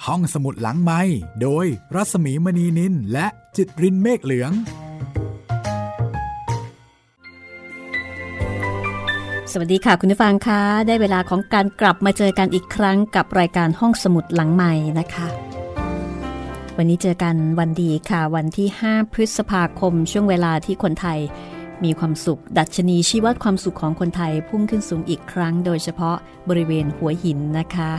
ห้องสมุดหลังไมค์โดยรัศมีมณีนินและจิตรินเมฆเหลืองสวัสดีค่ะคุณผู้ฟังคะได้เวลาของการกลับมาเจอกันอีกครั้งกับรายการห้องสมุดหลังไมค์นะคะวันนี้เจอกันวันดีค่ะวันที่5พฤษภาคมช่วงเวลาที่คนไทยมีความสุขดัชนีชี้วัดความสุขของคนไทยพุ่งขึ้นสูงอีกครั้งโดยเฉพาะบริเวณหัวหินนะคะ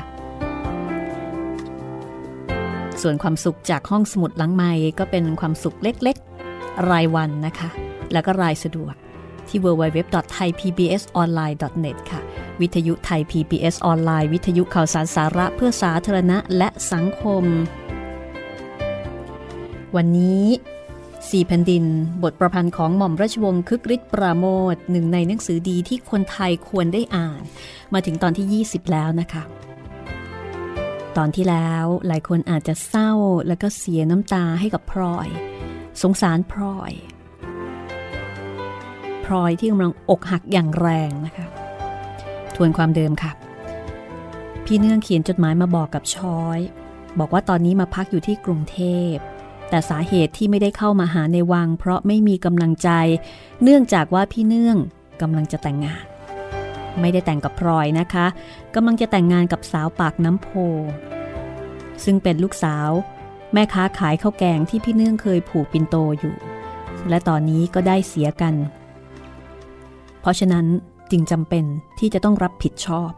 ส่วนความสุขจากห้องสมุดหลังไมค์ก็เป็นความสุขเล็กๆรายวันนะคะแล้วก็รายสะดวกที่ www.thaipbsonline.net ค่ะวิทยุไทย PBS ออนไลน์วิทยุข่าวสารสาระเพื่อสาธารณะและสังคมวันนี้4แผ่นดินบทประพันธ์ของหม่อมราชวงศ์คึกฤทธิ์ปราโมทย์หนึ่งในหนังสือดีที่คนไทยควรได้อ่านมาถึงตอนที่20แล้วนะคะตอนที่แล้วหลายคนอาจจะเศร้าแล้วก็เสียน้ำตาให้กับพลอยสงสารพลอยที่กำลังอกหักอย่างแรงนะคะทวนความเดิมค่ะพี่เนื่องเขียนจดหมายมาบอกกับช้อยบอกว่าตอนนี้มาพักอยู่ที่กรุงเทพแต่สาเหตุที่ไม่ได้เข้ามาหาในวังเพราะไม่มีกำลังใจเนื่องจากว่าพี่เนื่องกำลังจะแต่งงานไม่ได้แต่งกับพลอยนะคะกำลังจะแต่งงานกับสาวปากน้ำโพซึ่งเป็นลูกสาวแม่ค้าขายข้าวแกงที่พี่เนื่องเคยผูกปิ่นโตอยู่และตอนนี้ก็ได้เสียกันเพราะฉะนั้นจึงจำเป็นที่จะต้องรับผิดชอบ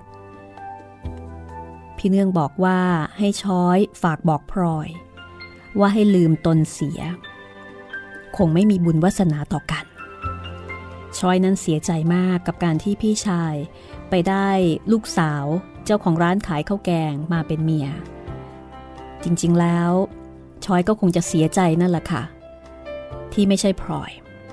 พี่เนื่องบอกว่าให้ช้อยฝากบอกพลอยว่าให้ลืมตนเสียคงไม่มีบุญวาสนาต่อกันช้อยนั้นเสียใจมากกับการที่พี่ชายไปได้ลูกสาวเจ้าของร้านขายข้าวแกงมาเป็นเมียจริงๆแล้วช้อยก็คงจะเสียใจนั่นแหละค่ะที่ไม่ใช่พลอย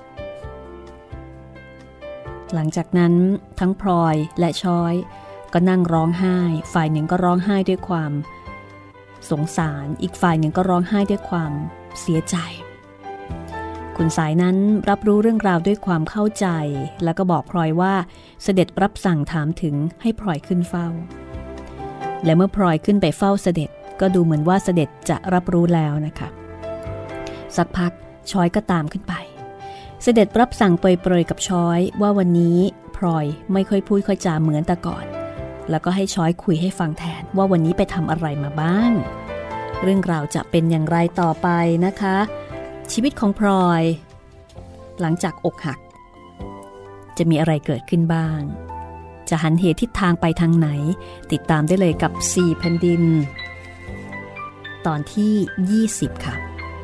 หลังจากนั้นทั้งพลอยและช้อยก็นั่งร้องไห้ฝ่ายหนึ่งก็ร้องไห้ด้วยความสงสารอีกฝ่ายหนึ่งก็ร้องไห้ด้วยความเสียใจคุณสายนั้นรับรู้เรื่องราวด้วยความเข้าใจแล้วก็บอกพลอยว่าเสด็จรับสั่งถามถึงให้พลอยขึ้นเฝ้าและเมื่อพลอยขึ้นไปเฝ้าเสด็จก็ดูเหมือนว่าเสด็จจะรับรู้แล้วนะคะสักพักช้อยก็ตามขึ้นไปเสด็จรับสั่งเปรยๆกับช้อยว่าวันนี้พลอยไม่ค่อยพูดค่อยจาเหมือนแต่ก่อนแล้วก็ให้ช้อยคุยให้ฟังแทนว่าวันนี้ไปทำอะไรมาบ้างเรื่องราวจะเป็นอย่างไรต่อไปนะคะชีวิตของพลอยหลังจากอกหักจะมีอะไรเกิดขึ้นบ้างจะหันเหทิศทางไปทางไหนติดตามได้เลยกับ4แผ่นดินตอนที่20ค่ะ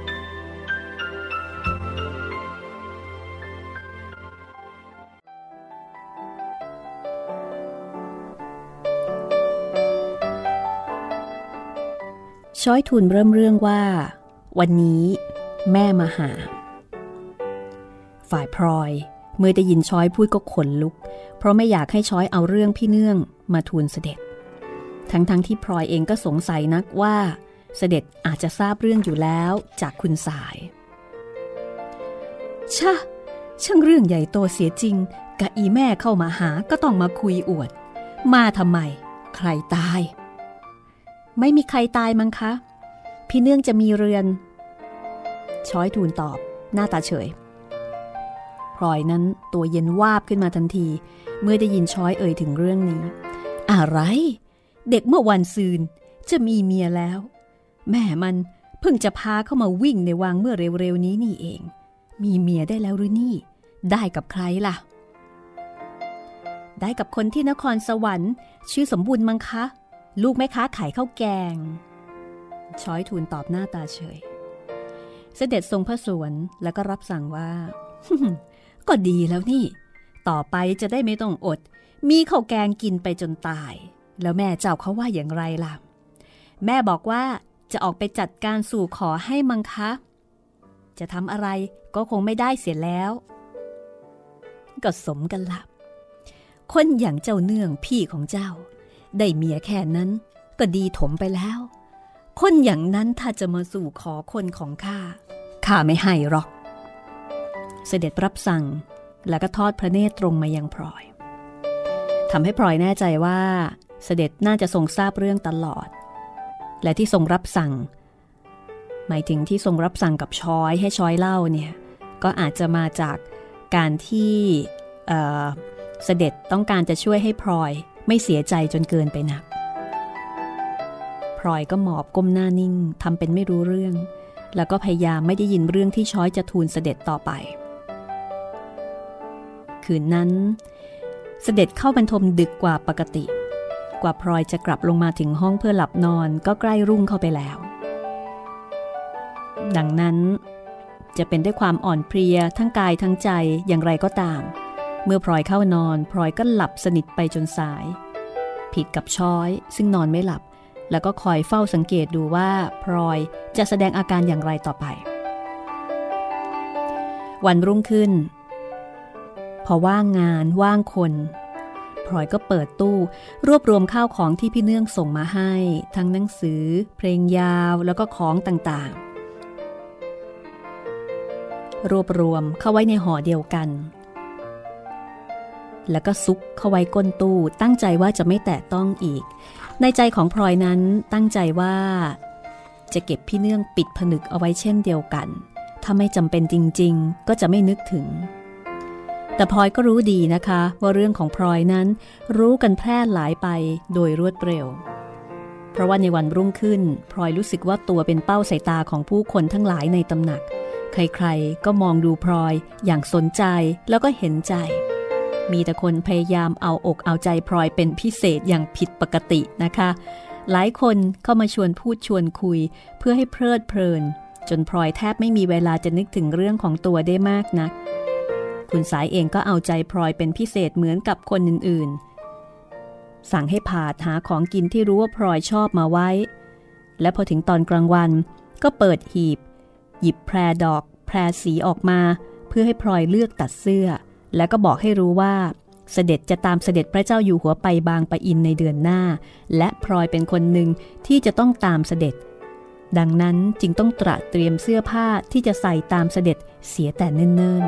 ช้อยทูลเริ่มเรื่องว่าวันนี้แม่มาหาฝ่ายพลอยเมื่อได้ยินช้อยพูดก็ขนลุกเพราะไม่อยากให้ช้อยเอาเรื่องพี่เนื่องมาทูลเสด็จทั้งที่พลอยเองก็สงสัยนักว่าเสด็จอาจจะทราบเรื่องอยู่แล้วจากคุณสายช่างเรื่องใหญ่โตเสียจริงกะอีแม่เข้ามาหาก็ต้องมาคุยอวดมาทำไมใครตายไม่มีใครตายมั้งคะพี่เนื่องจะมีเรือนช้อยทูลตอบหน้าตาเฉยพลอยนั้นตัวเย็นวาบขึ้นมาทันทีเมื่อได้ยินช้อยเอ่ยถึงเรื่องนี้อะไรเด็กเมื่อวันซืนจะมีเมียแล้วแม่มันเพิ่งจะพาเข้ามาวิ่งในวังเมื่อเร็วๆนี้นี่เองมีเมียได้แล้วหรือนี่ได้กับใครล่ะได้กับคนที่นครสวรรค์ชื่อสมบูรณ์มั้งคะลูกแม่ค้าขายข้าวแกงช้อยทูลตอบหน้าตาเฉยเสด็จทรงพระสวนแล้วก็รับสั่งว่า ก็ดีแล้วนี่ต่อไปจะได้ไม่ต้องอดมีข้าวแกงกินไปจนตายแล้วแม่เจ้าเขาว่าอย่างไรล่ะแม่บอกว่าจะออกไปจัดการสู่ขอให้มังคะจะทำอะไรก็คงไม่ได้เสียแล้วก็สมกันละคนอย่างเจ้าเนื่องพี่ของเจ้าได้เมียแค่นั้นก็ดีถมไปแล้วคนอย่างนั้นถ้าจะมาสู่ขอคนของข้าไม่ให้หรอกเสด็จรับสั่งแล้วก็ทอดพระเนตรตรงมายังพลอยทำให้พลอยแน่ใจว่าเสด็จน่าจะทรงทราบเรื่องตลอดและที่ทรงรับสั่งหมายถึงที่ทรงรับสั่งกับช้อยให้ช้อยเล่าเนี่ยก็อาจจะมาจากการที่เสด็จต้องการจะช่วยให้พลอยไม่เสียใจจนเกินไปนักพลอยก็หมอบก้มหน้านิ่งทำเป็นไม่รู้เรื่องแล้วก็พยายามไม่ได้ยินเรื่องที่ช้อยจะทูลเสด็จต่อไปคืนนั้นเสด็จเข้าบรรทมดึกกว่าปกติกว่าพลอยจะกลับลงมาถึงห้องเพื่อหลับนอนก็ใกล้รุ่งเข้าไปแล้วดังนั้นจะเป็นด้วยความอ่อนเพลียทั้งกายทั้งใจอย่างไรก็ตามเมื่อพลอยเข้านอนพลอยก็หลับสนิทไปจนสายผิดกับช้อยซึ่งนอนไม่หลับแล้วก็คอยเฝ้าสังเกตดูว่าพลอยจะแสดงอาการอย่างไรต่อไปวันรุ่งขึ้นพอว่างงานว่างคนพลอยก็เปิดตู้รวบรวมข้าวของที่พี่เนื่องส่งมาให้ทั้งหนังสือเพลงยาวแล้วก็ของต่างๆรวบรวมเข้าไว้ในห่อเดียวกันแล้วก็ซุกเข้าไว้ก้นตู้ตั้งใจว่าจะไม่แตะต้องอีกในใจของพลอยนั้นตั้งใจว่าจะเก็บพี่เนื่องปิดผนึกเอาไว้เช่นเดียวกันถ้าไม่จำเป็นจริงๆก็จะไม่นึกถึงแต่พลอยก็รู้ดีนะคะว่าเรื่องของพลอยนั้นรู้กันแพร่หลายไปโดยรวดเร็วเพราะว่าในวันรุ่งขึ้นพลอยรู้สึกว่าตัวเป็นเป้าสายตาของผู้คนทั้งหลายในตำหนักใครๆก็มองดูพลอยอย่างสนใจแล้วก็เห็นใจมีแต่คนพยายามเอาอกเอาใจพลอยเป็นพิเศษอย่างผิดปกตินะคะหลายคนเข้ามาชวนพูดชวนคุยเพื่อให้เพลิดเพลินจนพลอยแทบไม่มีเวลาจะนึกถึงเรื่องของตัวได้มากนักคุณสายเองก็เอาใจพลอยเป็นพิเศษเหมือนกับคนอื่นๆสั่งให้พาหาของกินที่รู้ว่าพลอยชอบมาไว้และพอถึงตอนกลางวันก็เปิดหีบหยิบแพรดอกแพรสีออกมาเพื่อให้พลอยเลือกตัดเสื้อแล้วก็บอกให้รู้ว่าเสด็จจะตามเสด็จพระเจ้าอยู่หัวไปบางปะอินในเดือนหน้าและพลอยเป็นคนหนึ่งที่จะต้องตามเสด็จดังนั้นจึงต้องตระเตรียมเสื้อผ้าที่จะใส่ตามเสด็จเสียแต่เนิ่น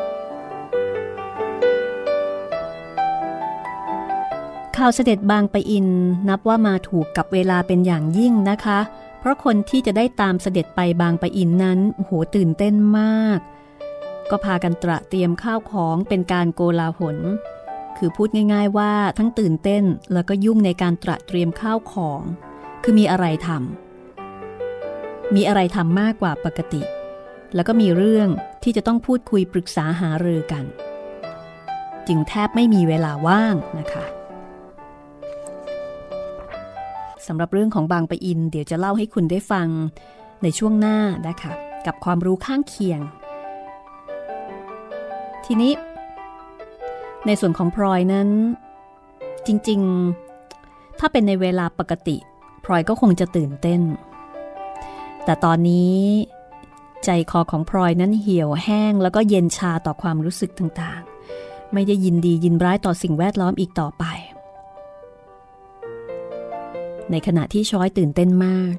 ๆข่าวเสด็จบางปะอินนับว่ามาถูกกับเวลาเป็นอย่างยิ่งนะคะเพราะคนที่จะได้ตามเสด็จไปบางปะอินนั้นโอ้โหตื่นเต้นมากก็พากันตระเตรียมข้าวของเป็นการโกลาหลคือพูดง่ายๆว่าทั้งตื่นเต้นแล้วก็ยุ่งในการตระเตรียมข้าวของคือมีอะไรทำมากกว่าปกติแล้วก็มีเรื่องที่จะต้องพูดคุยปรึกษาหารือกันจึงแทบไม่มีเวลาว่างนะคะสำหรับเรื่องของบางปะอินเดี๋ยวจะเล่าให้คุณได้ฟังในช่วงหน้านะคะกับความรู้ข้างเคียงทีนี้ในส่วนของพลอยนั้นจริงๆถ้าเป็นในเวลาปกติพลอยก็คงจะตื่นเต้นแต่ตอนนี้ใจคอของพลอยนั้นเหี่ยวแห้งแล้วก็เย็นชาต่อความรู้สึกต่างๆไม่ได้ยินดียินร้ายต่อสิ่งแวดล้อมอีกต่อไปในขณะที่ช้อยตื่นเต้นมาก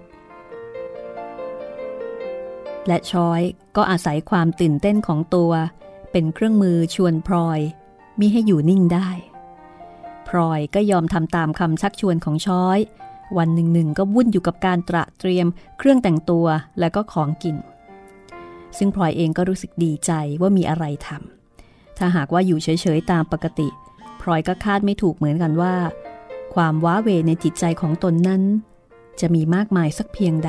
และช้อยก็อาศัยความตื่นเต้นของตัวเป็นเครื่องมือชวนพลอยมิให้อยู่นิ่งได้พลอยก็ยอมทำตามคำชักชวนของช้อยวันหนึ่งก็วุ่นอยู่กับการตระเตรียมเครื่องแต่งตัวและก็ของกินซึ่งพลอยเองก็รู้สึกดีใจว่ามีอะไรทำถ้าหากว่าอยู่เฉยๆตามปกติพลอยก็คาดไม่ถูกเหมือนกันว่าความว้าเหวในจิตใจของตนนั้นจะมีมากมายสักเพียงใด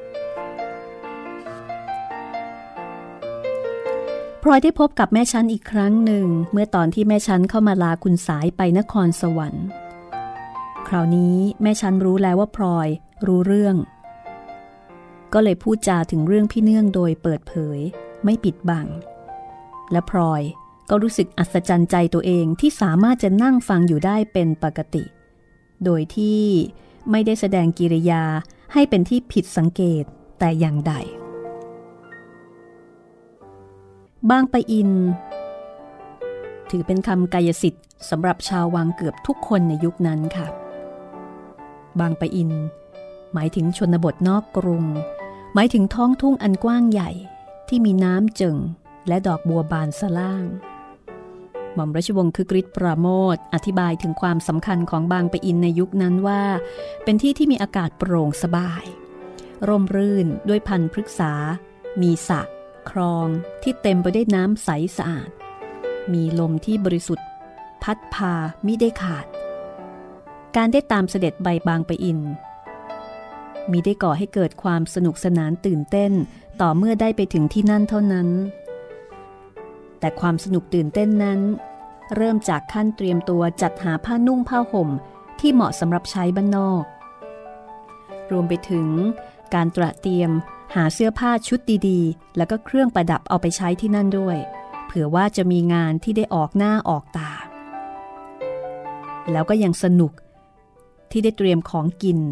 พลอยได้พบกับแม่ชั้นอีกครั้งหนึ่งเมื่อตอนที่แม่ชั้นเข้ามาลาคุณสายไปนครสวรรค์คราวนี้แม่ชั้นรู้แล้วว่าพลอยรู้เรื่องก็เลยพูดจาถึงเรื่องพี่เนื่องโดยเปิดเผยไม่ปิดบังและพลอยก็รู้สึกอัศจรรย์ใจตัวเองที่สามารถจะนั่งฟังอยู่ได้เป็นปกติโดยที่ไม่ได้แสดงกิริยาให้เป็นที่ผิดสังเกตแต่อย่างใดบางปะอินถือเป็นคำกายสิทธิ์สำหรับชาววังเกือบทุกคนในยุคนั้นค่ะบางปะอินหมายถึงชนบทนอกกรุงหมายถึงท้องทุ่งอันกว้างใหญ่ที่มีน้ำเจิ่งและดอกบัวบานสะล่างหม่อมราชวงศ์คึกฤทธิ์ปราโมทย์อธิบายถึงความสำคัญของบางปะอินในยุคนั้นว่าเป็นที่ที่มีอากาศโปร่งสบายร่มรื่นด้วยพันธุ์พฤกษามีสระคลองที่เต็มไปด้วยน้ำใสสะอาดมีลมที่บริสุทธิ์พัดพามิได้ขาดการได้ตามเสด็จใบบางปะอินมิได้ก่อให้เกิดความสนุกสนานตื่นเต้นต่อเมื่อได้ไปถึงที่นั่นเท่านั้นแต่ความสนุกตื่นเต้นนั้นเริ่มจากขั้นเตรียมตัวจัดหาผ้านุ่งผ้าห่มที่เหมาะสำหรับใช้บ้านนอกรวมไปถึงการตระเตรียมหาเสื้อผ้าชุดดีๆแล้วก็เครื่องประดับเอาไปใช้ที่นั่นด้วยเผื่อว่าจะมีงานที่ได้ออกหน้าออกตาแล้วก็ยังสนุกที่ได้เตรียมของกิน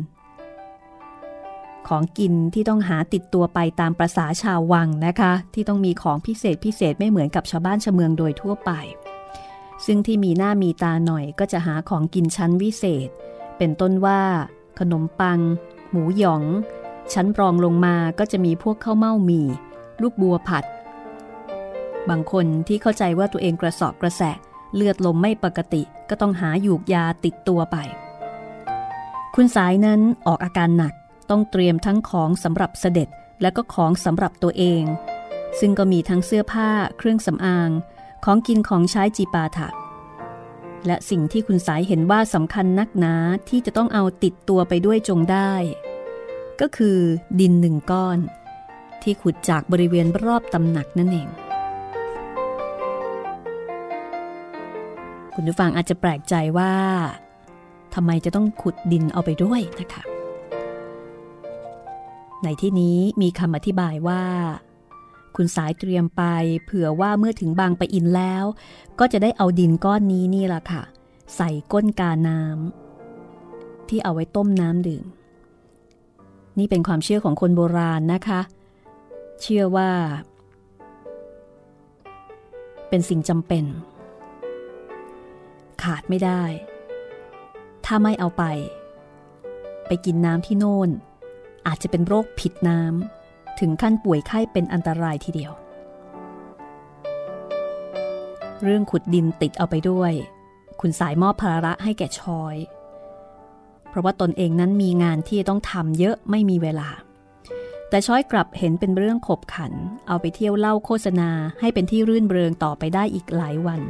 ที่ต้องหาติดตัวไปตามประสาชาววังนะคะที่ต้องมีของพิเศษไม่เหมือนกับชาวบ้านชาวเมืองโดยทั่วไปซึ่งที่มีหน้ามีตาหน่อยก็จะหาของกินชั้นวิเศษเป็นต้นว่าขนมปังหมูหยองชั้นรองลงมาก็จะมีพวกข้าวเม่าหมี่ลูกบัวผัดบางคนที่เข้าใจว่าตัวเองกระสอบกระแสะเลือดลมไม่ปกติก็ต้องหาหยูกยาติดตัวไปคุณสายนั้นออกอาการหนักต้องเตรียมทั้งของสำหรับเสด็จและก็ของสำหรับตัวเองซึ่งก็มีทั้งเสื้อผ้าเครื่องสำอางของกินของใช้จีปาถะและสิ่งที่คุณสายเห็นว่าสำคัญนักหนาที่จะต้องเอาติดตัวไปด้วยจงได้ก็คือดิน1 ก้อนที่ขุดจากบริเวณรอบตำหนักนั่นเองคุณผู้ฟังอาจจะแปลกใจว่าทำไมจะต้องขุดดินเอาไปด้วยนะคะในที่นี้มีคำอธิบายว่าคุณสายเตรียมไปเผื่อว่าเมื่อถึงบางปะอินแล้วก็จะได้เอาดินก้อนนี้นี่ล่ะค่ะใส่ก้นกาน้ำที่เอาไว้ต้มน้ำดื่มนี่เป็นความเชื่อของคนโบราณนะคะเชื่อว่าเป็นสิ่งจำเป็นขาดไม่ได้ถ้าไม่เอาไปกินน้ำที่โน่นอาจจะเป็นโรคผิดน้ำถึงขั้นป่วยไข้เป็นอันตรายทีเดียวเรื่องขุดดินติดเอาไปด้วยคุณสายมอบภาระให้แก่ช้อยเพราะว่าตนเองนั้นมีงานที่ต้องทำเยอะไม่มีเวลาแต่ช้อยกลับเห็นเป็นเรื่องขบขันเอาไปเที่ยวเล่าโฆษณาให้เป็นที่รื่นเริงต่อไปได้อีกหลายวัน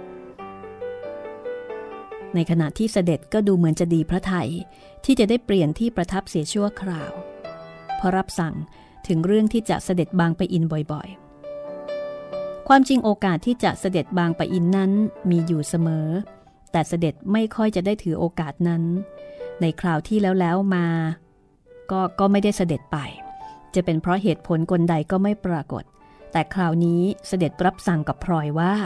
ในขณะที่เสด็จก็ดูเหมือนจะดีพระทัยที่จะได้เปลี่ยนที่ประทับเสียชั่วคราวเพราะรับสั่งถึงเรื่องที่จะเสด็จบางปะอินบ่อยๆความจริงโอกาสที่จะเสด็จบางปะอินนั้นมีอยู่เสมอแต่เสด็จไม่ค่อยจะได้ถือโอกาสนั้นในคราวที่แล้วมาก็ไม่ได้เสด็จไปจะเป็นเพราะเหตุผลกลใดก็ไม่ปรากฏแต่คราวนี้เสด็จรับสั่งกับพลอยว่า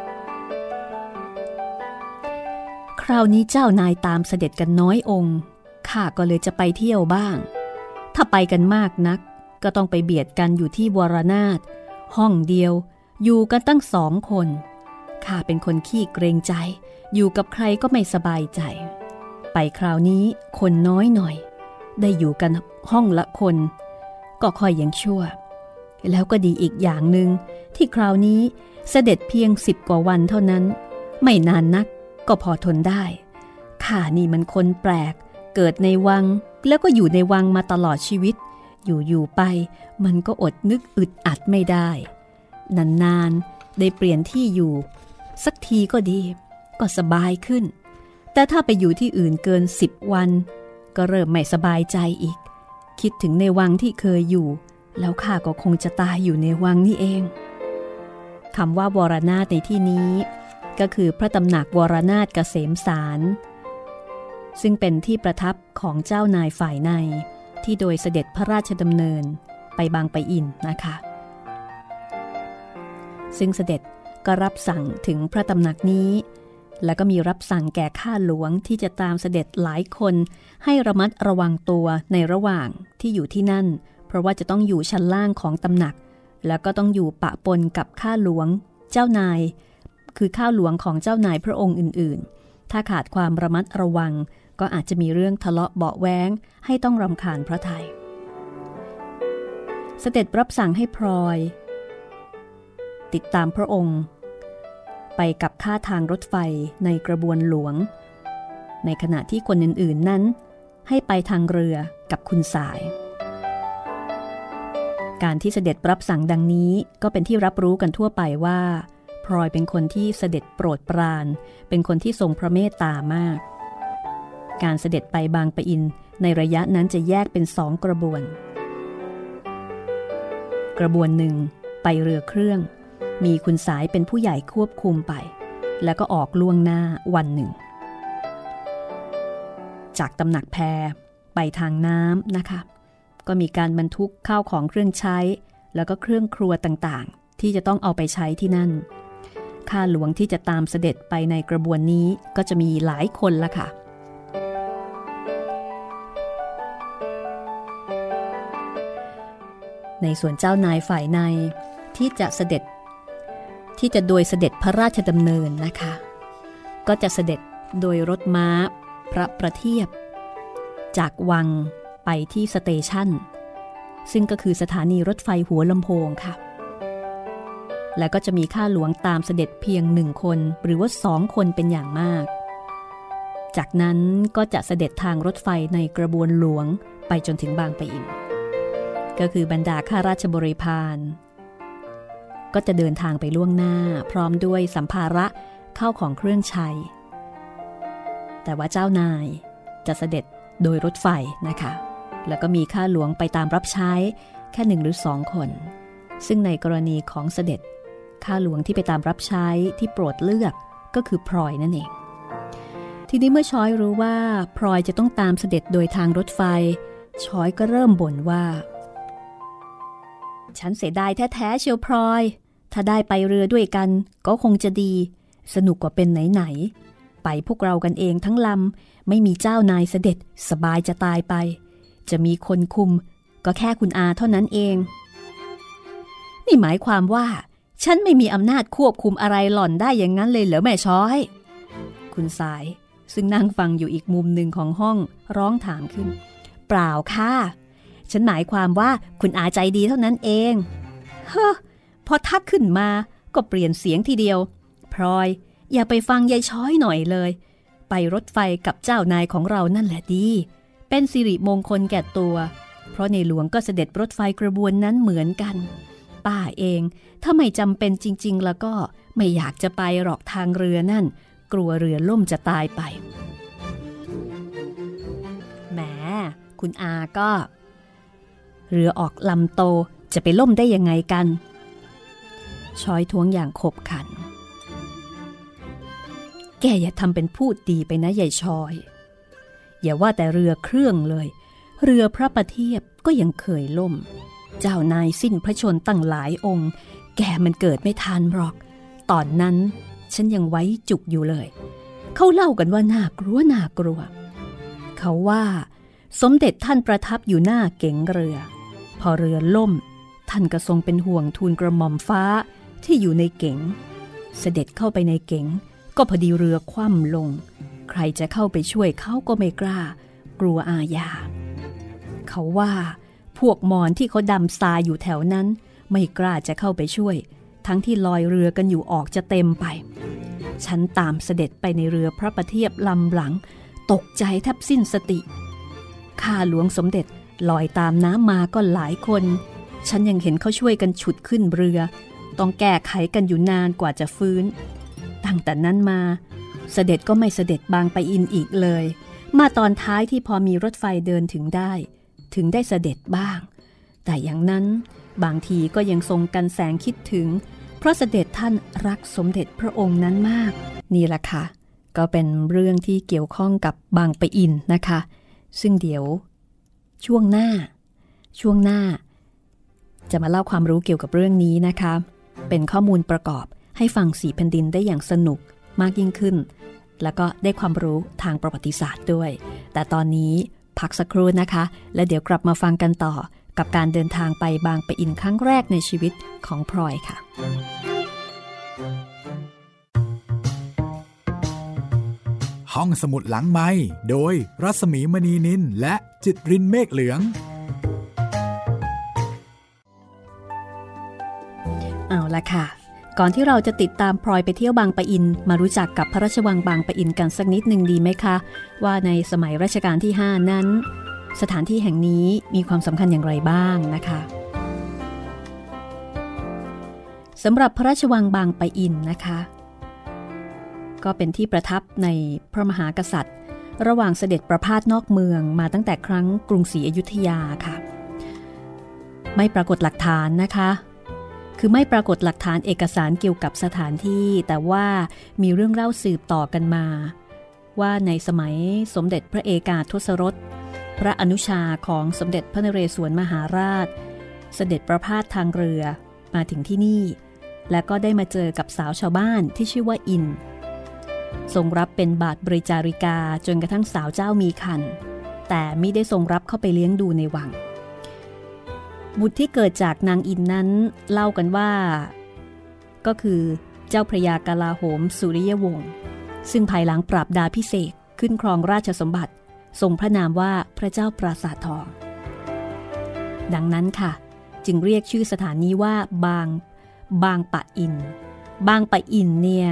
คราวนี้เจ้านายตามเสด็จกันน้อยองค์ข้าก็เลยจะไปเที่ยวบ้างถ้าไปกันมากนักก็ต้องไปเบียดกันอยู่ที่วรนาถห้องเดียวอยู่กันตั้ง2 คนข้าเป็นคนขี้เกรงใจอยู่กับใครก็ไม่สบายใจไปคราวนี้คนน้อยหน่อยได้อยู่กันห้องละคนก็ค่อยยังชั่วแล้วก็ดีอีกอย่างหนึ่งที่คราวนี้เสด็จเพียง10 กว่าวันเท่านั้นไม่นานนักก็พอทนได้ข้านี่มันคนแปลกเกิดในวังแล้วก็อยู่ในวังมาตลอดชีวิตอยู่ไปมันก็อดนึกอึดอัดไม่ได้นานๆได้เปลี่ยนที่อยู่สักทีก็ดีก็สบายขึ้นแต่ถ้าไปอยู่ที่อื่นเกิน10 วันก็เริ่มไม่สบายใจอีกคิดถึงในวังที่เคยอยู่แล้วข้าก็คงจะตายอยู่ในวังนี่เองคำว่าวรนาถในที่นี้ก็คือพระตำหนักวรนาถเกษมสารซึ่งเป็นที่ประทับของเจ้านายฝ่ายในที่โดยเสด็จพระราชดำเนินไปบางปะอินนะคะซึ่งเสด็จก็รับสั่งถึงพระตำหนักนี้แล้วก็มีรับสั่งแก่ข้าหลวงที่จะตามเสด็จหลายคนให้ระมัดระวังตัวในระหว่างที่อยู่ที่นั่นเพราะว่าจะต้องอยู่ชั้นล่างของตำหนักแล้วก็ต้องอยู่ปะปนกับข้าหลวงเจ้านายคือข้าหลวงของเจ้านายพระองค์อื่นๆถ้าขาดความระมัดระวังก็อาจจะมีเรื่องทะเลาะเบาะแว้งให้ต้องรำคาญพระทัยเสด็จรับสั่งให้พลอยติดตามพระองค์ไปกับค่าทางรถไฟในกระบวนหลวงในขณะที่คนอื่นๆนั้นให้ไปทางเรือกับคุณสายการที่เสด็จรับสั่งดังนี้ก็เป็นที่รับรู้กันทั่วไปว่าพลอยเป็นคนที่เสด็จโปรดปรานเป็นคนที่ทรงพระเมตตามากการเสด็จไปบางปะอินในระยะนั้นจะแยกเป็น2กระบวนหนึ่งไปเรือเครื่องมีคุณสายเป็นผู้ใหญ่ควบคุมไปแล้วก็ออกล่วงหน้าวันหนึ่งจากตำหนักแพไปทางน้ำนะคะก็มีการบรรทุกข้าวของเครื่องใช้แล้วก็เครื่องครัวต่างๆที่จะต้องเอาไปใช้ที่นั่นข้าหลวงที่จะตามเสด็จไปในกระบวนนี้ก็จะมีหลายคนละค่ะในส่วนเจ้านายฝ่ายในที่จะโดยเสด็จพระราชดำเนินนะคะก็จะเสด็จโดยรถม้าพระประเทียบจากวังไปที่สเตชันซึ่งก็คือสถานีรถไฟหัวลำโพงค่ะและก็จะมีข้าหลวงตามเสด็จเพียง1คนหรือว่า2คนเป็นอย่างมากจากนั้นก็จะเสด็จทางรถไฟในกระบวนหลวงไปจนถึงบางปะอินก็คือบรรดาข้าราชบริพารก็จะเดินทางไปล่วงหน้าพร้อมด้วยสัมภาระเข้าของเครื่องใช้แต่ว่าเจ้านายจะเสด็จโดยรถไฟนะคะแล้วก็มีข้าหลวงไปตามรับใช้แค่1หรือ2คนซึ่งในกรณีของเสด็จข้าหลวงที่ไปตามรับใช้ที่โปรดเลือกก็คือพลอยนั่นเองทีนี้เมื่อช้อยรู้ว่าพลอยจะต้องตามเสด็จโดยทางรถไฟช้อยก็เริ่มบ่นว่าฉันเสียดายแท้ๆเชียวพลอยถ้าได้ไปเรือด้วยกันก็คงจะดีสนุกกว่าเป็นไหนๆไปพวกเรากันเองทั้งลำไม่มีเจ้านายเสด็จสบายจะตายไปจะมีคนคุมก็แค่คุณอาเท่านั้นเองนี่หมายความว่าฉันไม่มีอำนาจควบคุมอะไรหล่อนได้อย่างนั้นเลยเหรอแม่ช้อยคุณสายซึ่งนั่งฟังอยู่อีกมุมหนึ่งของห้องร้องถามขึ้นเปล่าค่ะฉันหมายความว่าคุณอาใจดีเท่านั้นเองเฮ้อพอทักขึ้นมาก็เปลี่ยนเสียงทีเดียวพลอยอย่าไปฟังยายช้อยหน่อยเลยไปรถไฟกับเจ้านายของเรานั่นแหละดีเป็นสิริมงคลแก่ตัวเพราะในหลวงก็เสด็จรถไฟกระบวนนั้นเหมือนกันป้าเองถ้าไม่จำเป็นจริงๆแล้วก็ไม่อยากจะไปหรอกทางเรือนั่นกลัวเรือล่มจะตายไปแหมคุณอาก็เรือออกลำโตจะไปล่มได้ยังไงกันช้อยท้วงอย่างขบขันแกอย่าทำเป็นพูดดีไปนะยายช้อยอย่าว่าแต่เรือเครื่องเลยเรือพระประเทียบก็ยังเคยล่มเจ้านายสิ้นพระชนม์ตั้งหลายองค์แกมันเกิดไม่ทันหรอกตอนนั้นฉันยังไว้จุกอยู่เลยเขาเล่ากันว่าน่ากลัวเขาว่าสมเด็จท่านประทับอยู่หน้าเก๋งเรือพอเรือล่มท่านก็ทรงเป็นห่วงทูลกระหม่อมฟ้าที่อยู่ในเก๋งเสด็จเข้าไปในเก๋งก็พอดีเรือคว่ำลงใครจะเข้าไปช่วยเขาก็ไม่กล้ากลัวอาญาเขาว่าพวกมอญที่เขาดำทรายอยู่แถวนั้นไม่กล้าจะเข้าไปช่วยทั้งที่ลอยเรือกันอยู่ออกจะเต็มไปฉันตามเสด็จไปในเรือพระประเทียบลำหลังตกใจแทบสิ้นสติข้าหลวงสมเด็จลอยตามน้ำมาก็หลายคนฉันยังเห็นเขาช่วยกันฉุดขึ้นเรือต้องแก้ไขกันอยู่นานกว่าจะฟื้นตั้งแต่นั้นมาเสด็จก็ไม่เสด็จบางปะอินอีกเลยมาตอนท้ายที่พอมีรถไฟเดินถึงได้เสด็จบ้างแต่อย่างนั้นบางทีก็ยังทรงกันแสงคิดถึงเพราะเสด็จท่านรักสมเด็จพระองค์นั้นมากนี่แหละค่ะก็เป็นเรื่องที่เกี่ยวข้องกับบางปะอินนะคะซึ่งเดี๋ยวช่วงหน้าจะมาเล่าความรู้เกี่ยวกับเรื่องนี้นะคะเป็นข้อมูลประกอบให้ฟัง4แผ่นดินได้อย่างสนุกมากยิ่งขึ้นแล้วก็ได้ความรู้ทางประวัติศาสตร์ด้วยแต่ตอนนี้พักสักครู่นะคะแล้วเดี๋ยวกลับมาฟังกันต่อกับการเดินทางไปบางปะอินครั้งแรกในชีวิตของพลอยค่ะห้องสมุดหลังไมค์โดยรัศมีมณีนินและจิตรินเมฆเหลืองเอาละค่ะก่อนที่เราจะติดตามพลอยไปเที่ยวบางปะอินมารู้จักกับพระราชวังบางปะอินกันสักนิดหนึ่งดีไหมคะว่าในสมัยรัชกาลที่ 5 นั้นสถานที่แห่งนี้มีความสำคัญอย่างไรบ้างนะคะสำหรับพระราชวังบางปะอินนะคะก็เป็นที่ประทับในพระมหากษัตริย์ระหว่างเสด็จประพาสนอกเมืองมาตั้งแต่ครั้งกรุงศรีอยุธยาค่ะไม่ปรากฏหลักฐานนะคะคือไม่ปรากฏหลักฐานเอกสารเกี่ยวกับสถานที่แต่ว่ามีเรื่องเล่าสืบต่อกันมาว่าในสมัยสมเด็จพระเอกาทศรสพระอนุชาของสมเด็จพระนเรศวรมหาราชเสด็จประพาสทางเรือมาถึงที่นี่และก็ได้มาเจอกับสาวชาวบ้านที่ชื่อว่าอินทรงรับเป็นบาทบริจาริกาจนกระทั่งสาวเจ้ามีครรภ์แต่มิได้ทรงรับเข้าไปเลี้ยงดูในวังบุตรที่เกิดจากนางอินนั้นเล่ากันว่าก็คือเจ้าพระยากลาโหมสุริยวงศ์ซึ่งภายหลังปราบดาพิเศษขึ้นครองราชสมบัติทรงพระนามว่าพระเจ้าปราสาททองดังนั้นค่ะจึงเรียกชื่อสถานนี้ว่าบางปะอินบางปะอินเนี่ย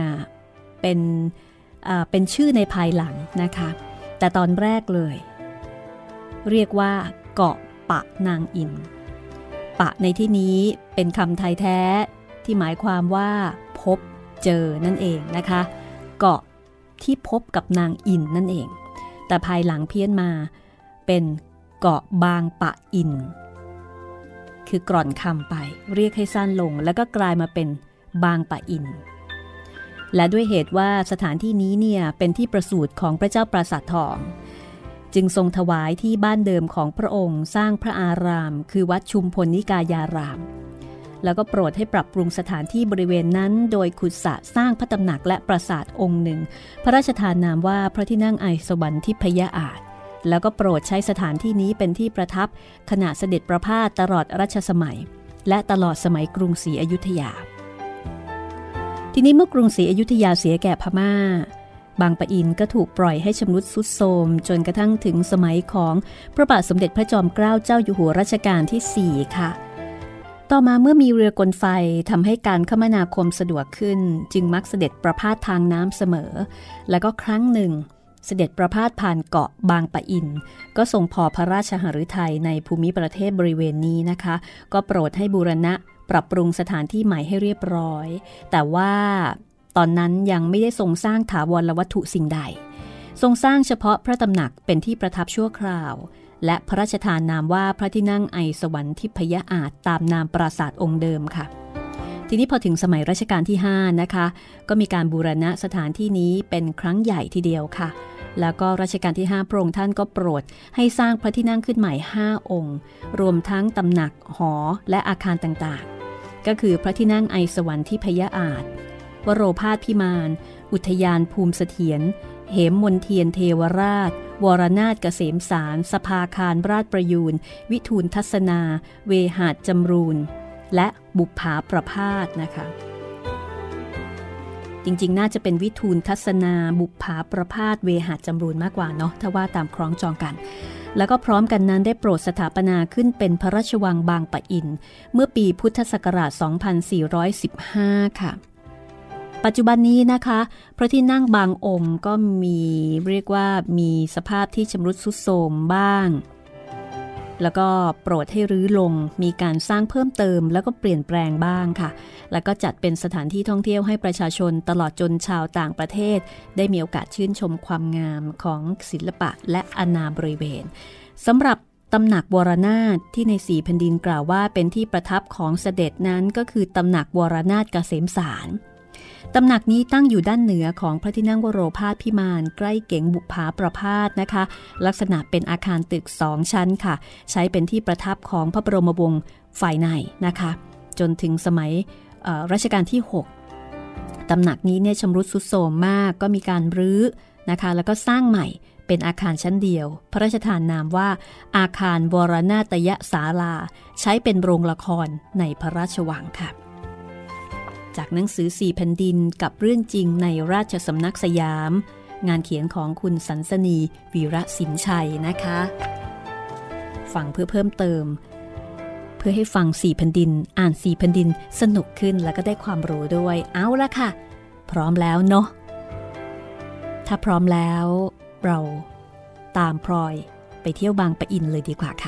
เป็นชื่อในภายหลังนะคะแต่ตอนแรกเลยเรียกว่าเกาะปะนางอินปะในที่นี้เป็นคำไทยแท้ที่หมายความว่าพบเจอนั่นเองนะคะเกาะที่พบกับนางอินนั่นเองแต่ภายหลังเพี้ยนมาเป็นเกาะบางปะอินคือกร่อนคำไปเรียกให้สั้นลงแล้วก็กลายมาเป็นบางปะอินและด้วยเหตุว่าสถานที่นี้เนี่ยเป็นที่ประสูติของพระเจ้าปราสาททองจึงทรงถวายที่บ้านเดิมของพระองค์สร้างพระอารามคือวัดชุมพลนิกายารามแล้วก็โปรดให้ปรับปรุงสถานที่บริเวณนั้นโดยขุดสระสร้างพระตำหนักและปราสาทองค์หนึ่งพระราชทานนามว่าพระที่นั่งไอสวรรค์ทิพยอาจแล้วก็โปรดใช้สถานที่นี้เป็นที่ประทับขณะเสด็จประพาสตลอดรัชสมัยและตลอดสมัยกรุงศรีอยุธยาทีนี้เมื่อกรุงศรีอยุธยาเสียแก่พม่าบางปะอินก็ถูกปล่อยให้ชำรุดทรุดโทรมจนกระทั่งถึงสมัยของพระบาทสมเด็จพระจอมเกล้าเจ้าอยู่หัวรัชกาลที่4ค่ะต่อมาเมื่อมีเรือกลไฟทำให้การคมนาคมสะดวกขึ้นจึงมักเสด็จประพาสทางน้ำเสมอแล้วก็ครั้งหนึ่งเสด็จประพาสผ่านเกาะบางปะอินก็ทรงพอพระราชหฤทัยในภูมิประเทศบริเวณนี้นะคะก็โปรดให้บูรณะปรับปรุงสถานที่ใหม่ให้เรียบร้อยแต่ว่าตอนนั้นยังไม่ได้ทรงสร้างถาวรวัตถุสิ่งใดทรงสร้างเฉพาะพระตำหนักเป็นที่ประทับชั่วคราวและพระราชทานนามว่าพระที่นั่งไอสวรรค์ทิพยอาจตามนามปราสาทองค์เดิมค่ะทีนี้พอถึงสมัยรัชกาลที่5นะคะก็มีการบูรณะสถานที่นี้เป็นครั้งใหญ่ทีเดียวค่ะแล้วก็รัชกาลที่5พระองค์ท่านก็โปรดให้สร้างพระที่นั่งขึ้นใหม่5องค์รวมทั้งตำหนักหอและอาคารต่างๆก็คือพระที่นั่งไอสวรรค์ทิพยอาจวโรภาสพิมานอุทยานภูมิเสถียรเหมมนเทียนเทวราชวรนาถเกษมสารสภาคารราชประยูนวิทูลทัศนาเวหาดจำรูนและบุปผาประพาสนะคะจริงๆน่าจะเป็นวิทูลทัศนาบุปผาประพาสเวหาดจำรูนมากกว่าเนาะถ้าว่าตามคล้องจองกันแล้วก็พร้อมกันนั้นได้โปรดสถาปนาขึ้นเป็นพระราชวังบางปะอินเมื่อปีพุทธศักราช 2415 ค่ะปัจจุบันนี้นะคะพระที่นั่งบางองค์ก็มีเรียกว่ามีสภาพที่ชำรุดทรุดโทรมบ้างแล้วก็โปรดให้รื้อลงมีการสร้างเพิ่มเติมแล้วก็เปลี่ยนแปลงบ้างค่ะแล้วก็จัดเป็นสถานที่ท่องเที่ยวให้ประชาชนตลอดจนชาวต่างประเทศได้มีโอกาสชื่นชมความงามของศิลปะและอาณาบริเวณสำหรับตำหนักวรนาถที่ใน4แผ่นดินกล่าวว่าเป็นที่ประทับของเสด็จนั้นก็คือตำหนักวรนาถเกษมสารตำหนักนี้ตั้งอยู่ด้านเหนือของพระที่นั่งวโรภาสพิมานใกล้เก๋งบุปผาประพาสนะคะลักษณะเป็นอาคารตึก2ชั้นค่ะใช้เป็นที่ประทับของพระบรมวงศ์ฝ่ายในนะคะจนถึงสมัยรัชกาลที่6ตำหนักนี้เนี่ยชำรุดทรุดโทรมมากก็มีการรื้อนะคะแล้วก็สร้างใหม่เป็นอาคารชั้นเดียวพระราชทานนามว่าอาคารวรนาตยศาลาใช้เป็นโรงละครในพระราชวังค่ะจากหนังสือ4แผ่นดินกับเรื่องจริงในราชสำนักสยามงานเขียนของคุณสันสนีวีระสินชัยนะคะฟังเพื่อเพิ่มเติมเพื่อให้ฟัง4 แผ่นดินอ่าน4 แผ่นดินสนุกขึ้นแล้วก็ได้ความรู้ด้วยเอาละค่ะพร้อมแล้วเนาะถ้าพร้อมแล้วเราตามพลอยไปเที่ยวบางปะอินเลยดีกว่าค่ะ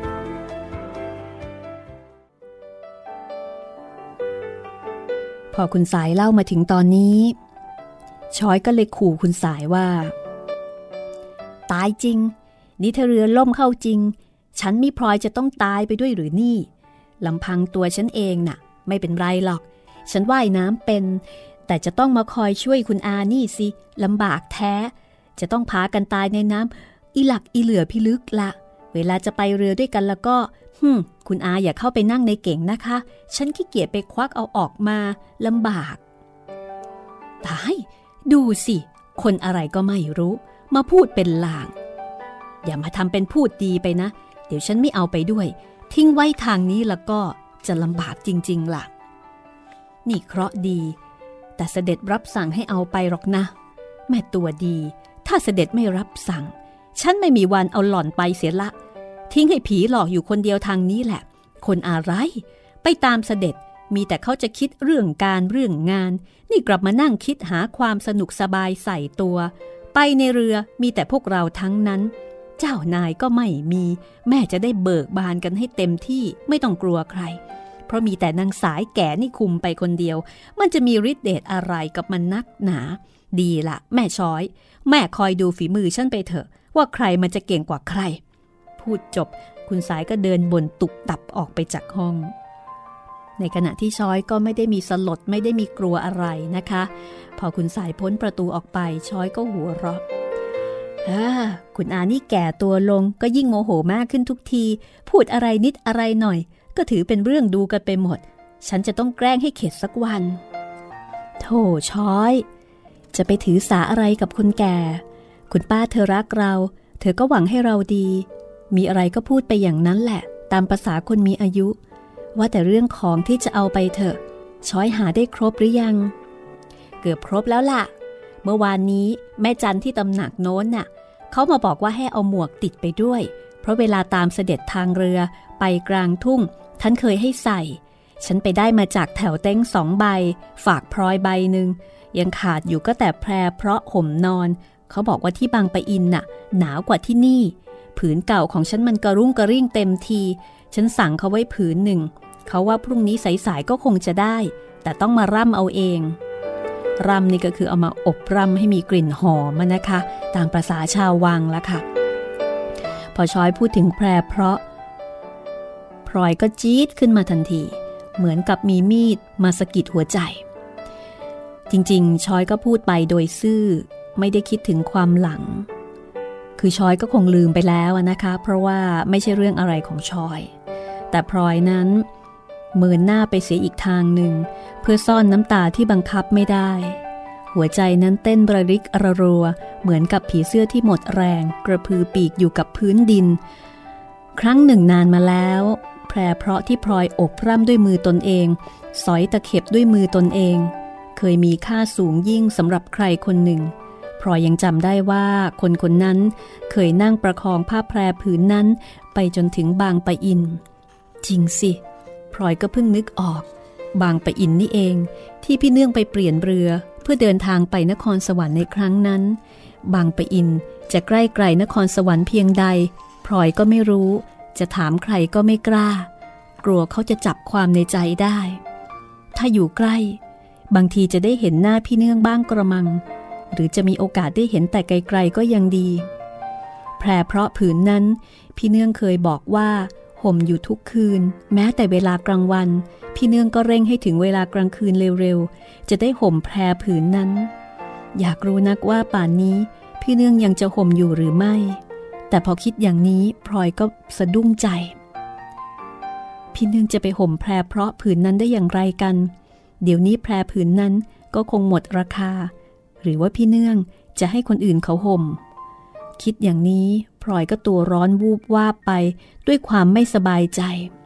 พอคุณสายเล่ามาถึงตอนนี้ช้อยก็เลยขู่คุณสายว่าตายจริงนี่ถ้าเรือล่มเข้าจริงฉันมิพลอยจะต้องตายไปด้วยหรือนี่ลำพังตัวฉันเองน่ะไม่เป็นไรหรอกฉันว่ายน้ำเป็นแต่จะต้องมาคอยช่วยคุณอานี่สิลำบากแท้จะต้องพากันตายในน้ำอีหลักอีเหลือพิลึกละเวลาจะไปเรือด้วยกันแล้วก็คุณอาอย่าเข้าไปนั่งในเก่งนะคะฉันขี้เกียจไปควักเอาออกมาลำบากตายดูสิคนอะไรก็ไม่รู้มาพูดเป็นลางอย่ามาทำเป็นพูดดีไปนะเดี๋ยวฉันไม่เอาไปด้วยทิ้งไว้ทางนี้แล้วก็จะลำบากจริงๆล่ะนี่เคราะห์ดีแต่เสด็จรับสั่งให้เอาไปหรอกนะแม่ตัวดีถ้าเสด็จไม่รับสั่งฉันไม่มีวันเอาหล่อนไปเสียละทิ้งให้ผีหลอกอยู่คนเดียวทางนี้แหละคนอะไรไปตามเสด็จมีแต่เขาจะคิดเรื่องการเรื่องงานนี่กลับมานั่งคิดหาความสนุกสบายใส่ตัวไปในเรือมีแต่พวกเราทั้งนั้นเจ้านายก็ไม่มีแม่จะได้เบิกบานกันให้เต็มที่ไม่ต้องกลัวใครเพราะมีแต่นางสายแก่นี่คุมไปคนเดียวมันจะมีฤทธิ์เดชอะไรกับมันนักหนาดีละแม่ช้อยแม่คอยดูฝีมือฉันไปเถอะว่าใครมันจะเก่งกว่าใครพูดจบคุณสายก็เดินบ่นตุบตับออกไปจากห้องในขณะที่ช้อยก็ไม่ได้มีสลดไม่ได้มีกลัวอะไรนะคะพอคุณสายพ้นประตูออกไปช้อยก็หัวเราะคุณอานี่แก่ตัวลงก็ยิ่งโมโหมากขึ้นทุกทีพูดอะไรนิดอะไรหน่อยก็ถือเป็นเรื่องดูกันไปหมดฉันจะต้องแกล้งให้เข็ดสักวันโธ่ช้อยจะไปถือสาอะไรกับคนแก่คุณป้าเธอรักเราเธอก็หวังให้เราดีมีอะไรก็พูดไปอย่างนั้นแหละตามภาษาคนมีอายุว่าแต่เรื่องของที่จะเอาไปเถอะช้อยหาได้ครบหรือยังเกือบครบแล้วล่ะเมื่อวานนี้แม่จันที่ตำหนักโน้นน่ะเขามาบอกว่าให้เอาหมวกติดไปด้วยเพราะเวลาตามเสด็จทางเรือไปกลางทุ่งท่านเคยให้ใส่ฉันไปได้มาจากแถวเต้ง2 ใบฝากพลอยใบหนึ่งยังขาดอยู่ก็แต่แพรเพราะห่มนอนเขาบอกว่าที่บางปะอินน่ะหนาวกว่าที่นี่ผืนเก่าของฉันมันกระรุ่งกระริ่งเต็มทีฉันสั่งเขาไว้ผืนหนึ่งเขาว่าพรุ่งนี้สายๆก็คงจะได้แต่ต้องมาร่ำเอาเองร่ำนี่ก็คือเอามาอบร่ำให้มีกลิ่นหอมนะคะตามประสาชาววังละค่ะพอช้อยพูดถึงแพรเพราะพลอยก็จี๊ดขึ้นมาทันทีเหมือนกับมีมีดมาสะกิดหัวใจจริงๆช้อยก็พูดไปโดยซื่อไม่ได้คิดถึงความหลังคือช้อยก็คงลืมไปแล้วนะคะเพราะว่าไม่ใช่เรื่องอะไรของช้อยแต่พลอยนั้นเมินหน้าไปเสียอีกทางหนึ่งเพื่อซ่อนน้ำตาที่บังคับไม่ได้หัวใจนั้นเต้นระริกระรัวเหมือนกับผีเสื้อที่หมดแรงกระพือปีกอยู่กับพื้นดินครั้งหนึ่งนานมาแล้วแพรเพราะที่พลอยอบร่ำด้วยมือตนเองสอยตะเข็บด้วยมือตนเองเคยมีค่าสูงยิ่งสำหรับใครคนหนึ่งพลอยยังจำได้ว่าคนคนนั้นเคยนั่งประคองผ้าแพรผืนนั้นไปจนถึงบางปะอินจริงสิพลอยก็เพิ่งนึกออกบางปะอินนี่เองที่พี่เนื่องไปเปลี่ยนเรือเพื่อเดินทางไปนครสวรรค์ในครั้งนั้นบางปะอินจะใกล้ไกลนครสวรรค์เพียงใดพลอยก็ไม่รู้จะถามใครก็ไม่กล้ากลัวเขาจะจับความในใจได้ถ้าอยู่ใกล้บางทีจะได้เห็นหน้าพี่เนื่องบ้างกระมังหรือจะมีโอกาสได้เห็นแต่ไกลๆก็ยังดีแพรเพราะผืนนั้นพี่เนื่องเคยบอกว่าห่มอยู่ทุกคืนแม้แต่เวลากลางวันพี่เนื่องก็เร่งให้ถึงเวลากลางคืนเร็วๆจะได้ห่มแพรผืนนั้นอยากรู้นักว่าป่านนี้พี่เนื่องยังจะห่มอยู่หรือไม่แต่พอคิดอย่างนี้พลอยก็สะดุ้งใจพี่เนื่องจะไปห่มแพรเพราะผืนนั้นได้อย่างไรกันเดี๋ยวนี้แพรผืนนั้นก็คงหมดราคาหรือว่าพี่เนื่องจะให้คนอื่นเขาห่มคิดอย่างนี้พลอยก็ตัวร้อนวูบวาบไปด้วยความไม่สบายใจ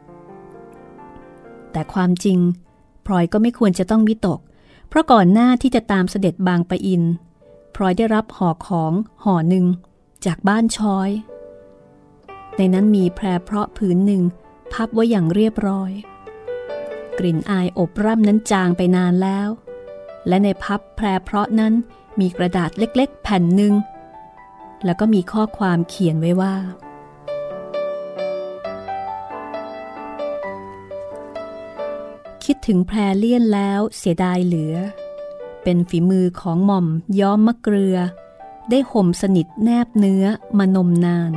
แต่ความจริงพลอยก็ไม่ควรจะต้องวิตกเพราะก่อนหน้าที่จะตามเสด็จบางปะอินพลอยได้รับห่อของห่อหนึ่งจากบ้านช้อยในนั้นมีแพรเพราะผืนหนึ่งพับไว้อย่างเรียบร้อยกลิ่นอายอบร่ำนั้นจางไปนานแล้วและในพับแพรเพราะนั้นมีกระดาษเล็กๆแผ่นหนึ่งแล้วก็มีข้อความเขียนไว้ว่าคิดถึงแพรเลี่ยนแล้วเสียดายเหลือเป็นฝีมือของหม่อมย้อมมะเกลือได้ห่มสนิทแนบเนื้อมานมนาน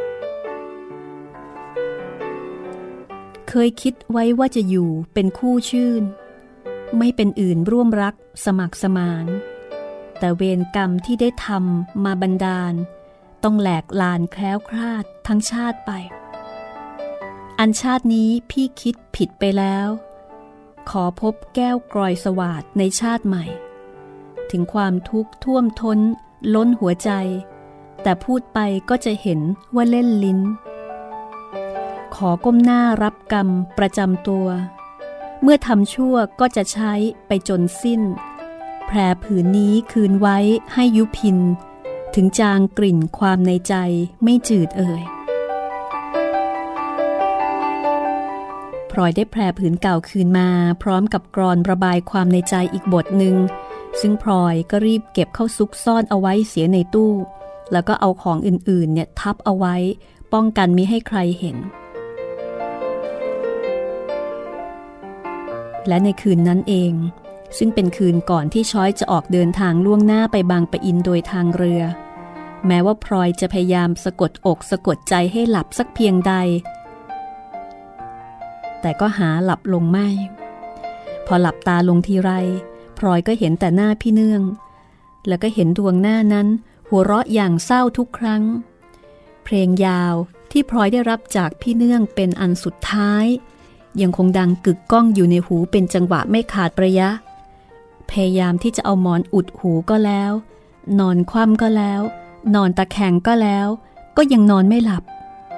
เคยคิดไว้ว่าจะอยู่เป็นคู่ชื่นไม่เป็นอื่นร่วมรักสมัครสมานแต่เวรกรรมที่ได้ทำมาบันดาลต้องแหลกลานแคล้วคลาดทั้งชาติไปอันชาตินี้พี่คิดผิดไปแล้วขอพบแก้วกรอยสวาทในชาติใหม่ถึงความทุกข์ท่วมท้นล้นหัวใจแต่พูดไปก็จะเห็นว่าเล่นลิ้นขอก้มหน้ารับกรรมประจำตัวเมื่อทำชั่วก็จะใช้ไปจนสิ้นแพรผืนนี้คืนไว้ให้ยุพินถึงจางกลิ่นความในใจไม่จืดเอ่ยพลอยได้แพรผืนเก่าคืนมาพร้อมกับกลอนระบายความในใจอีกบทหนึ่งซึ่งพลอยก็รีบเก็บเข้าซุกซ่อนเอาไว้เสียในตู้แล้วก็เอาของอื่นๆเนี่ยทับเอาไว้ป้องกันมิให้ใครเห็นและในคืนนั้นเองซึ่งเป็นคืนก่อนที่ช้อยจะออกเดินทางล่วงหน้าไปบางปะอินโดยทางเรือแม้ว่าพลอยจะพยายามสะกดอกสะกดใจให้หลับสักเพียงใดแต่ก็หาหลับลงไม่พอหลับตาลงทีไรพลอยก็เห็นแต่หน้าพี่เนื่องแล้วก็เห็นดวงหน้านั้นหัวเราะอย่างเศร้าทุกครั้งเพลงยาวที่พลอยได้รับจากพี่เนื่องเป็นอันสุดท้ายยังคงดังกึกก้องอยู่ในหูเป็นจังหวะไม่ขาดระยะพยายามที่จะเอาหมอนอุดหูก็แล้วนอนคว่ำก็แล้วนอนตะแคงก็แล้วก็ยังนอนไม่หลับ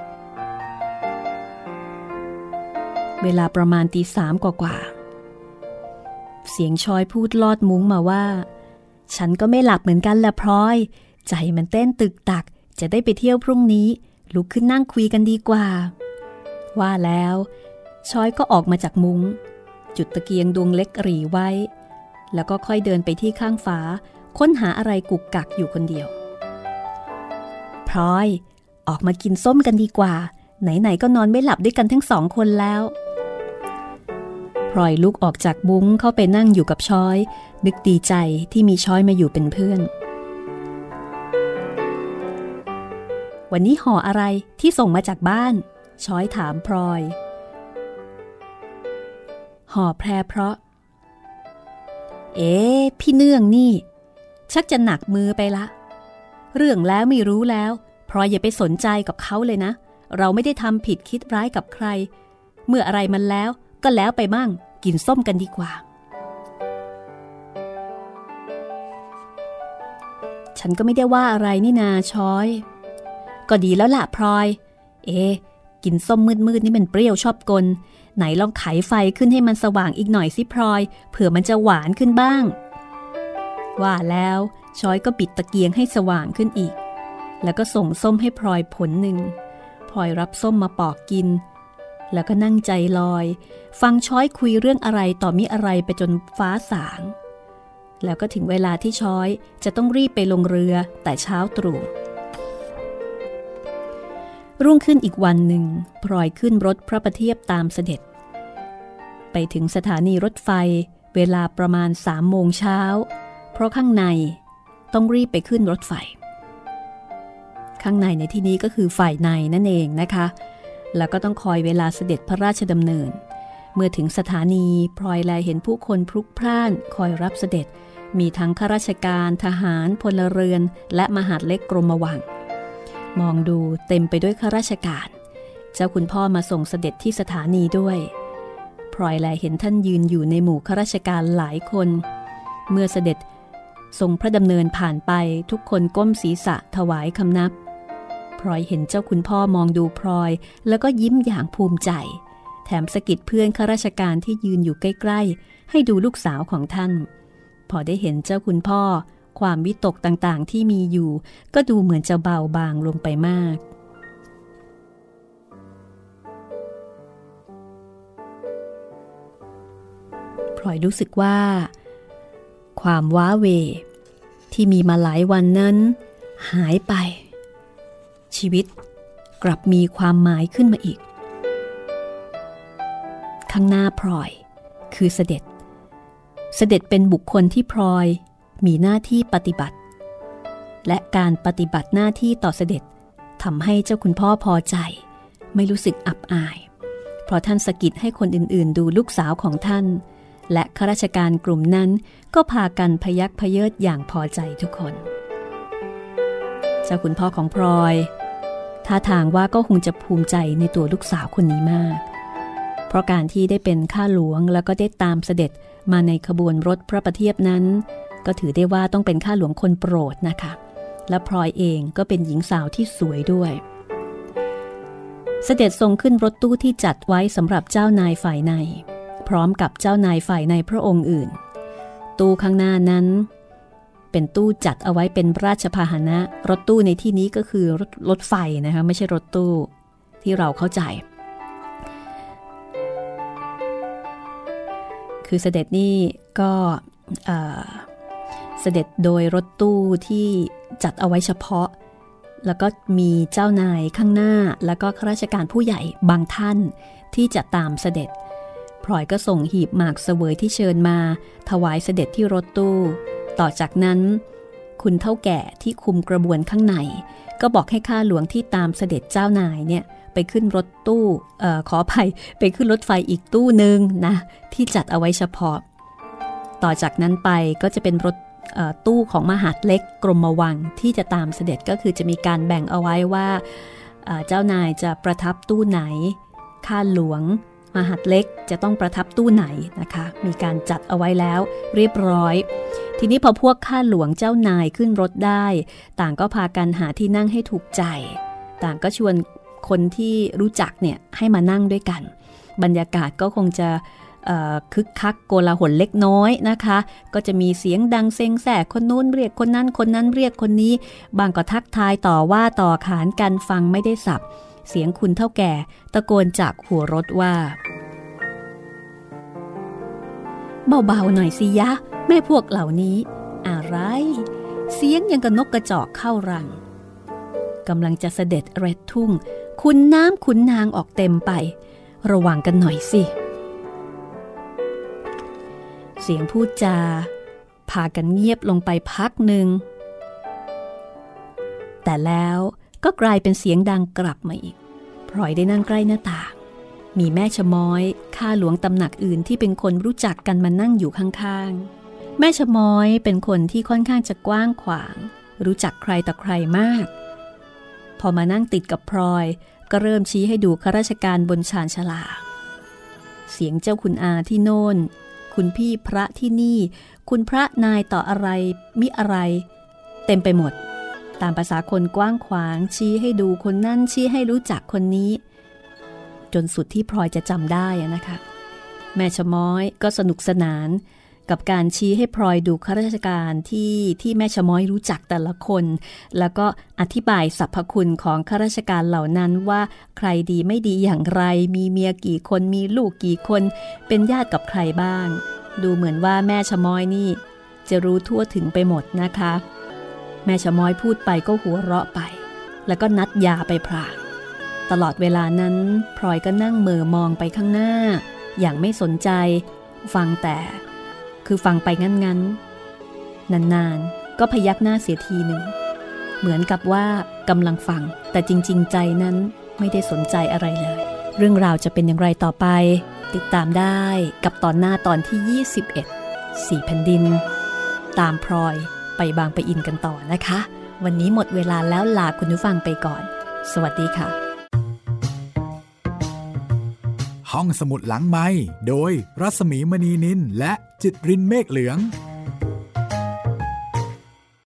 เวลาประมาณตี 3กว่าเสียงช้อยพูดลอดมุ้งมาว่าฉันก็ไม่หลับเหมือนกันแหละพลอยใจมันเต้นตึกตักจะได้ไปเที่ยวพรุ่งนี้ลุกขึ้นนั่งคุยกันดีกว่าว่าแล้วช้อยก็ออกมาจากมุ้งจุดตะเกียงดวงเล็กหรี่ไว้แล้วก็ค่อยเดินไปที่ข้างฝาค้นหาอะไรกุกกักอยู่คนเดียวพลอยออกมากินส้มกันดีกว่าไหนๆก็นอนไม่หลับด้วยกันทั้ง2 คนแล้วพลอยลุกออกจากมุ้งเข้าไปนั่งอยู่กับช้อยนึกดีใจที่มีช้อยมาอยู่เป็นเพื่อนวันนี้ห่ออะไรที่ส่งมาจากบ้านช้อยถามพลอยห่อแพรเพราะพี่เนื่องนี่ชักจะหนักมือไปละเรื่องแล้วไม่รู้แล้วพลอยอย่าไปสนใจกับเขาเลยนะเราไม่ได้ทำผิดคิดร้ายกับใครเมื่ออะไรมันแล้วก็แล้วไปมั่งกินส้มกันดีกว่าฉันก็ไม่ได้ว่าอะไรนี่นาช้อยก็ดีแล้วล่ะพลอยกินส้มมืดๆนี่มันเปรี้ยวชอบกลไหนลองไขไฟขึ้นให้มันสว่างอีกหน่อยสิพลอยเผื่อมันจะหวานขึ้นบ้างว่าแล้วช้อยก็ปิดตะเกียงให้สว่างขึ้นอีกแล้วก็ส่งส้มให้พลอยผลหนึ่งพลอยรับส้มมาปอกกินแล้วก็นั่งใจลอยฟังช้อยคุยเรื่องอะไรต่อมิอะไรไปจนฟ้าสางแล้วก็ถึงเวลาที่ช้อยจะต้องรีบไปลงเรือแต่เช้าตรู่รุ่งขึ้นอีกวันหนึ่งพลอยขึ้นรถพระประเทียบตามเสด็จไปถึงสถานีรถไฟเวลาประมาณ3 โมงเช้าเพราะข้างในต้องรีบไปขึ้นรถไฟข้างในในที่นี้ก็คือฝ่ายในนั่นเองนะคะแล้วก็ต้องคอยเวลาเสด็จพระราชดำเนินเมื่อถึงสถานีพลอยแลเห็นผู้คนพลุกพล่านคอยรับเสด็จมีทั้งข้าราชการทหารพลเรือนและมหาดเล็กกรมวังมองดูเต็มไปด้วยข้าราชการเจ้าคุณพ่อมาส่งเสด็จที่สถานีด้วยพลอยแลเห็นท่านยืนอยู่ในหมู่ข้าราชการหลายคนเมื่อเสด็จทรงพระดำเนินผ่านไปทุกคนก้มศีรษะถวายคำนับพลอยเห็นเจ้าคุณพ่อมองดูพลอยแล้วก็ยิ้มอย่างภูมิใจแถมสะกิดเพื่อนข้าราชการที่ยืนอยู่ใกล้ๆให้ดูลูกสาวของท่านพอได้เห็นเจ้าคุณพ่อความวิตกต่างๆที่มีอยู่ก็ดูเหมือนจะเบาบางลงไปมากลอยรู้สึกว่าความว้าเหวที่มีมาหลายวันนั้นหายไปชีวิตกลับมีความหมายขึ้นมาอีกข้างหน้าพลอยคือเสด็จเป็นบุคคลที่พลอยมีหน้าที่ปฏิบัติและการปฏิบัติหน้าที่ต่อเสด็จทำให้เจ้าคุณพ่อพอใจไม่รู้สึกอับอายเพราะท่านสะกิดให้คนอื่นๆดูลูกสาวของท่านและข้าราชการกลุ่มนั้นก็พากันพยักพเยิดอย่างพอใจทุกคนเจ้าคุณพ่อของพลอยท่าทางว่าก็คงจะภูมิใจในตัวลูกสาวคนนี้มากเพราะการที่ได้เป็นข้าหลวงแล้วก็ได้ตามเสด็จมาในขบวนรถพระประเทียบนั้นก็ถือได้ว่าต้องเป็นข้าหลวงคนโปรดนะคะและพลอยเองก็เป็นหญิงสาวที่สวยด้วยเสด็จทรงขึ้นรถตู้ที่จัดไว้สำหรับเจ้านายฝ่ายในพร้อมกับเจ้านายฝ่ายในพระองค์อื่นตู้ข้างหน้านั้นเป็นตู้จัดเอาไว้เป็นราชพาหนะรถตู้ในที่นี้ก็คือรถไฟนะคะไม่ใช่รถตู้ที่เราเข้าใจคือเสด็จนี่ก็เสด็จโดยรถตู้ที่จัดเอาไว้เฉพาะแล้วก็มีเจ้านายข้างหน้าแล้วก็ข้าราชการผู้ใหญ่บางท่านที่จะตามเสด็จพลอยก็ส่งหีบหมากเสวยที่เชิญมาถวายเสด็จที่รถตู้ต่อจากนั้นคุณเฒ่าแก่ที่คุมกระบวนข้างในก็บอกให้ข้าหลวงที่ตามเสด็จเจ้านายเนี่ยไปขึ้นรถตู้ขออภัยไปขึ้นรถไฟอีกตู้นึงนะที่จัดเอาไว้เฉพาะต่อจากนั้นไปก็จะเป็นรถตู้ของมหาดเล็กกรมวังที่จะตามเสด็จก็คือจะมีการแบ่งเอาไว้ว่าเจ้านายจะประทับตู้ไหนข้าหลวงมหาดเล็กจะต้องประทับตู้ไหนนะคะมีการจัดเอาไว้แล้วเรียบร้อยทีนี้พอพวกข้าหลวงเจ้านายขึ้นรถได้ต่างก็พากันหาที่นั่งให้ถูกใจต่างก็ชวนคนที่รู้จักเนี่ยให้มานั่งด้วยกันบรรยากาศก็คงจะคึกคักโกลาหลเล็กน้อยนะคะก็จะมีเสียงดังเซ็งแสคนนู้นเรียกคนนั้นคนนั้นเรียกคนนี้บางก็ทักทายต่อว่าต่อขานกันฟังไม่ได้สับเสียงคุณเฒ่าแก่ตะโกนจากหัวรถว่าเบาๆหน่อยสิยะแม่พวกเหล่านี้อะไรเสียงยังกับนกกระจอกเข้ารังกำลังจะเสด็จเร็ดทุ่งคุณน้ำคุณนางออกเต็มไประวังกันหน่อยสิเสียงพูดจาพากันเงียบลงไปพักหนึ่งแต่แล้วก็กลายเป็นเสียงดังกลับมาอีกพลอยได้นั่งใกล้หน้าต่างมีแม่ชะม้อยข้าหลวงตำหนักอื่นที่เป็นคนรู้จักกันมานั่งอยู่ข้างๆแม่ชะม้อยเป็นคนที่ค่อนข้างจะกว้างขวางรู้จักใครต่อใครมากพอมานั่งติดกับพลอยก็เริ่มชี้ให้ดูข้าราชการบนชานฉลาเสียงเจ้าคุณอาที่โน่นคุณพี่พระที่นี่คุณพระนายต่ออะไรมิอะไรเต็มไปหมดตามภาษาคนกว้างขวางชี้ให้ดูคนนั่นชี้ให้รู้จักคนนี้จนสุดที่พลอยจะจำได้นะคะแม่ชะม้อยก็สนุกสนานกับการชี้ให้พลอยดูข้าราชการที่แม่ชะม้อยรู้จักแต่ละคนแล้วก็อธิบายสรรพคุณของข้าราชการเหล่านั้นว่าใครดีไม่ดีอย่างไรมีเมียกี่คนมีลูกกี่คนเป็นญาติกับใครบ้างดูเหมือนว่าแม่ชะม้อยนี่จะรู้ทั่วถึงไปหมดนะคะแม่ชะม้อยพูดไปก็หัวเราะไปแล้วก็นัดยาไปพรางตลอดเวลานั้นพลอยก็นั่งเหม่อมองไปข้างหน้าอย่างไม่สนใจฟังไปงั้นนานๆก็พยักหน้าเสียทีหนึ่งเหมือนกับว่ากำลังฟังแต่จริงๆใจนั้นไม่ได้สนใจอะไรเลยเรื่องราวจะเป็นอย่างไรต่อไปติดตามได้กับตอนหน้าตอนที่21 4 แผ่นดินตามพลอยไปบางปะอินกันต่อนะคะวันนี้หมดเวลาแล้วลาคุณผู้ฟังไปก่อนสวัสดีค่ะห้องสมุดหลังไมค์โดยรัศมีมณีนินและจิตรินเมฆเหลือง